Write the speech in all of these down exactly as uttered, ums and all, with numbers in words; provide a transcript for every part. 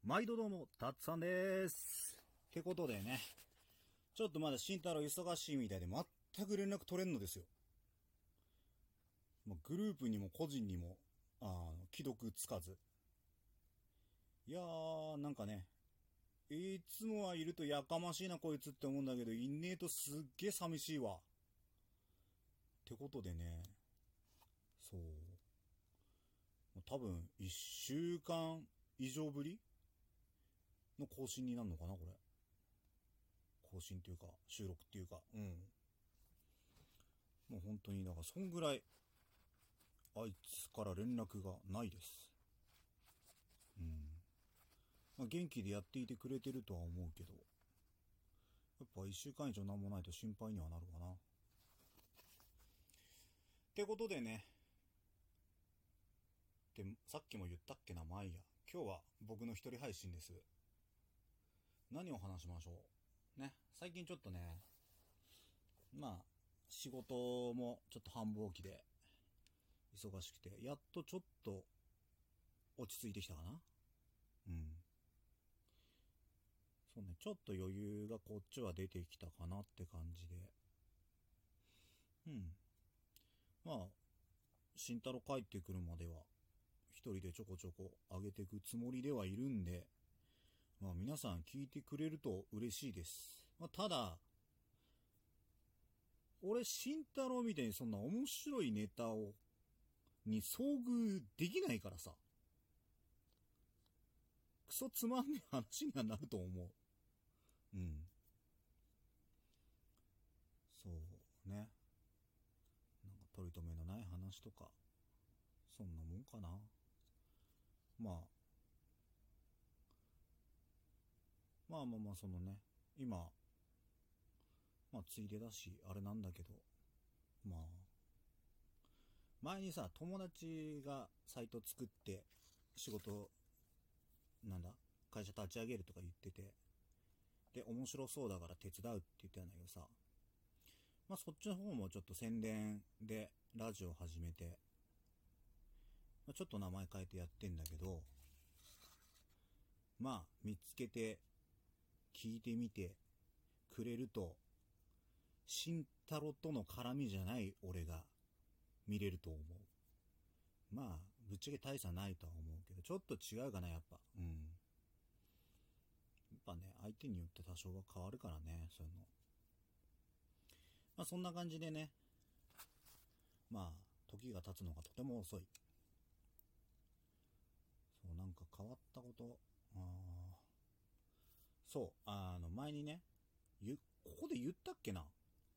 毎度どうも、たっさんでーす。ってことでね、ちょっとまだ慎太郎忙しいみたいで全く連絡取れんのですよ。まあ、グループにも個人にも、あの、既読つかず。いやー、なんかね、いつもはいるとやかましいなこいつって思うんだけど、いねえとすっげえ寂しいわ。ってことでね、そう。多分、一週間以上ぶりの更新になるのかな、これ。更新っていうか、収録っていうか、うん。もう本当に、だからそんぐらい、あいつから連絡がないです。うん。まあ、元気でやっていてくれてるとは思うけど、やっぱ一週間以上なんもないと心配にはなるかな。ってことでね、で、さっきも言ったっけな、まあいいや。今日は僕の一人配信です。何を話しましょう。ね、最近ちょっとね、まあ、仕事もちょっと繁忙期で忙しくて、やっとちょっと落ち着いてきたかな。うん。そうね、ちょっと余裕がこっちは出てきたかなって感じで。うん。まあ、慎太郎帰ってくるまでは、一人でちょこちょこ上げていくつもりではいるんで、まあ皆さん聞いてくれると嬉しいです。まあただ、俺慎太郎みたいにそんな面白いネタを、に遭遇できないからさ。クソつまんねえ話にはなると思う。うん。そうね。なんか取り留めのない話とか、そんなもんかな。まあ、まあまあまあ、そのね、今、まあついでだし、あれなんだけど、まあ、前にさ、友達がサイト作って、仕事、なんだ、会社立ち上げるとか言ってて、で、面白そうだから手伝うって言ってたんだけどさ、まあそっちの方もちょっと宣伝でラジオ始めて、まあ、ちょっと名前変えてやってんだけど、まあ見つけて聞いてみてくれると、慎太郎との絡みじゃない俺が見れると思う。まあぶっちゃけ大差ないとは思うけど、ちょっと違うかなやっぱ。うん。やっぱね、相手によって多少は変わるからね、そういうの。まあそんな感じでね、まあ時が経つのがとても遅い。そう、なんか変わったこと、あそう、あの前にね、ゆここで言ったっけな、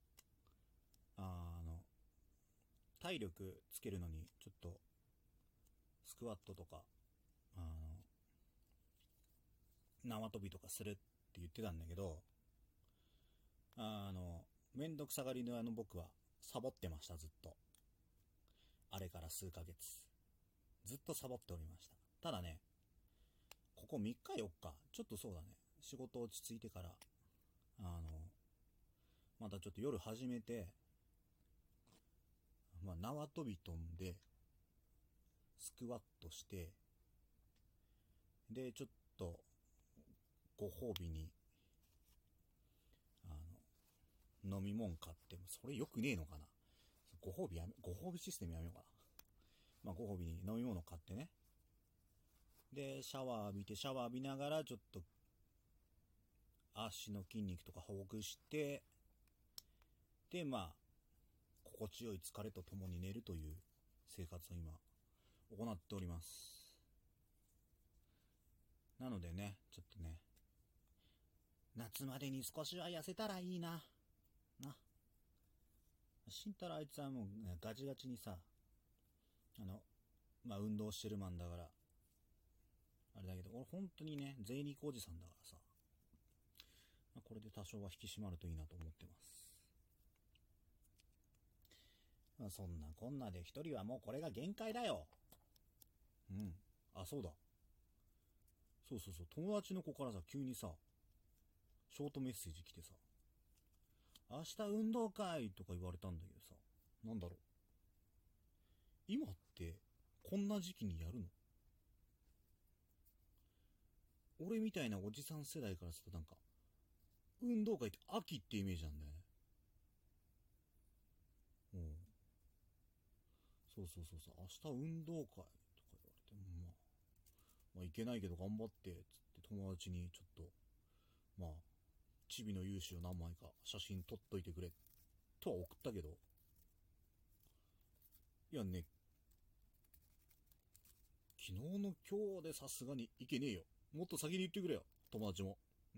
あの体力つけるのにちょっとスクワットとか、あの縄跳びとかするって言ってたんだけど、あのめんどくさがりのあの僕はサボってました。ずっとあれから数ヶ月ずっとサボっておりました。ただね、ここみっかよっかちょっとそうだね、仕事落ち着いてからあのまたちょっと夜始めて、まあ縄跳び飛んでスクワットして、でちょっとご褒美にあの飲み物買って、それよくねえのかな、ご褒美やめご褒美システムやめようかな。まあご褒美に飲み物買ってね、でシャワー浴びてシャワー浴びながらちょっと足の筋肉とかほぐして、でまあ心地よい疲れとともに寝るという生活を今行っております。なのでね、ちょっとね、夏までに少しは痩せたらいいなな。慎太郎あいつはもう、ね、ガチガチにさ、あのまあ運動してるマンだからあれだけど、俺本当にね税肉おじさんだからさ、まあ、これで多少は引き締まるといいなと思ってます。まあ、そんなこんなで一人はもうこれが限界だよ。うん。あ、そうだ、そうそうそう、友達の子からさ急にさショートメッセージ来てさ、明日運動会とか言われたんだけどさ、なんだろう、今ってこんな時期にやるの？ 俺みたいなおじさん世代からするとなんか、運動会って秋ってイメージなんだよね。うん。そうそうそうそう、明日運動会とか言われても、まあ、まあいけないけど頑張って、つって友達にちょっと、まあ、チビの勇姿を何枚か写真撮っといてくれ、とは送ったけど、いやね、昨日の今日でさすがにいけねえよ。もっと先に言ってくれよ、友達も。うん。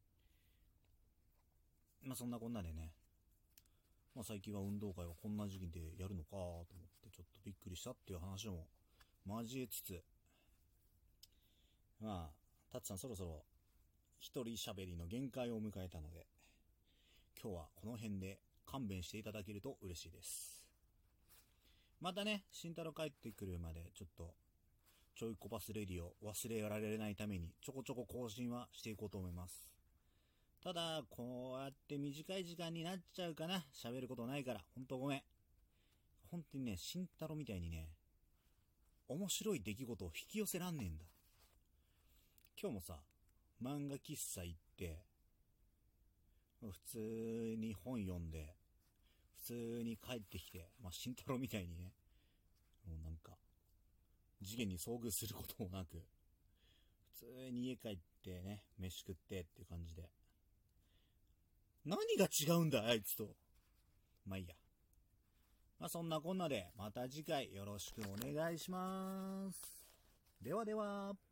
まあそんなこんなでね、まあ最近は運動会はこんな時期でやるのかと思ってちょっとびっくりしたっていう話も交えつつ、まあ、タツさんそろそろ一人喋りの限界を迎えたので、今日はこの辺で勘弁していただけると嬉しいです。またね、慎太郎帰ってくるまでちょっとちょいコパスレディを忘れられないためにちょこちょこ更新はしていこうと思います。ただ、こうやって短い時間になっちゃうかな。喋ることないから。ほんとごめん。ほんとにね、慎太郎みたいにね、面白い出来事を引き寄せらんねえんだ。今日もさ、漫画喫茶行って、普通に本読んで、普通に帰ってきて、まあ、慎太郎みたいにね、もうなんか、次元に遭遇することもなく、普通に家帰ってね、飯食ってっていう感じで。何が違うんだ、あいつと。まあいいや。まあそんなこんなで、また次回よろしくお願いします。ではでは。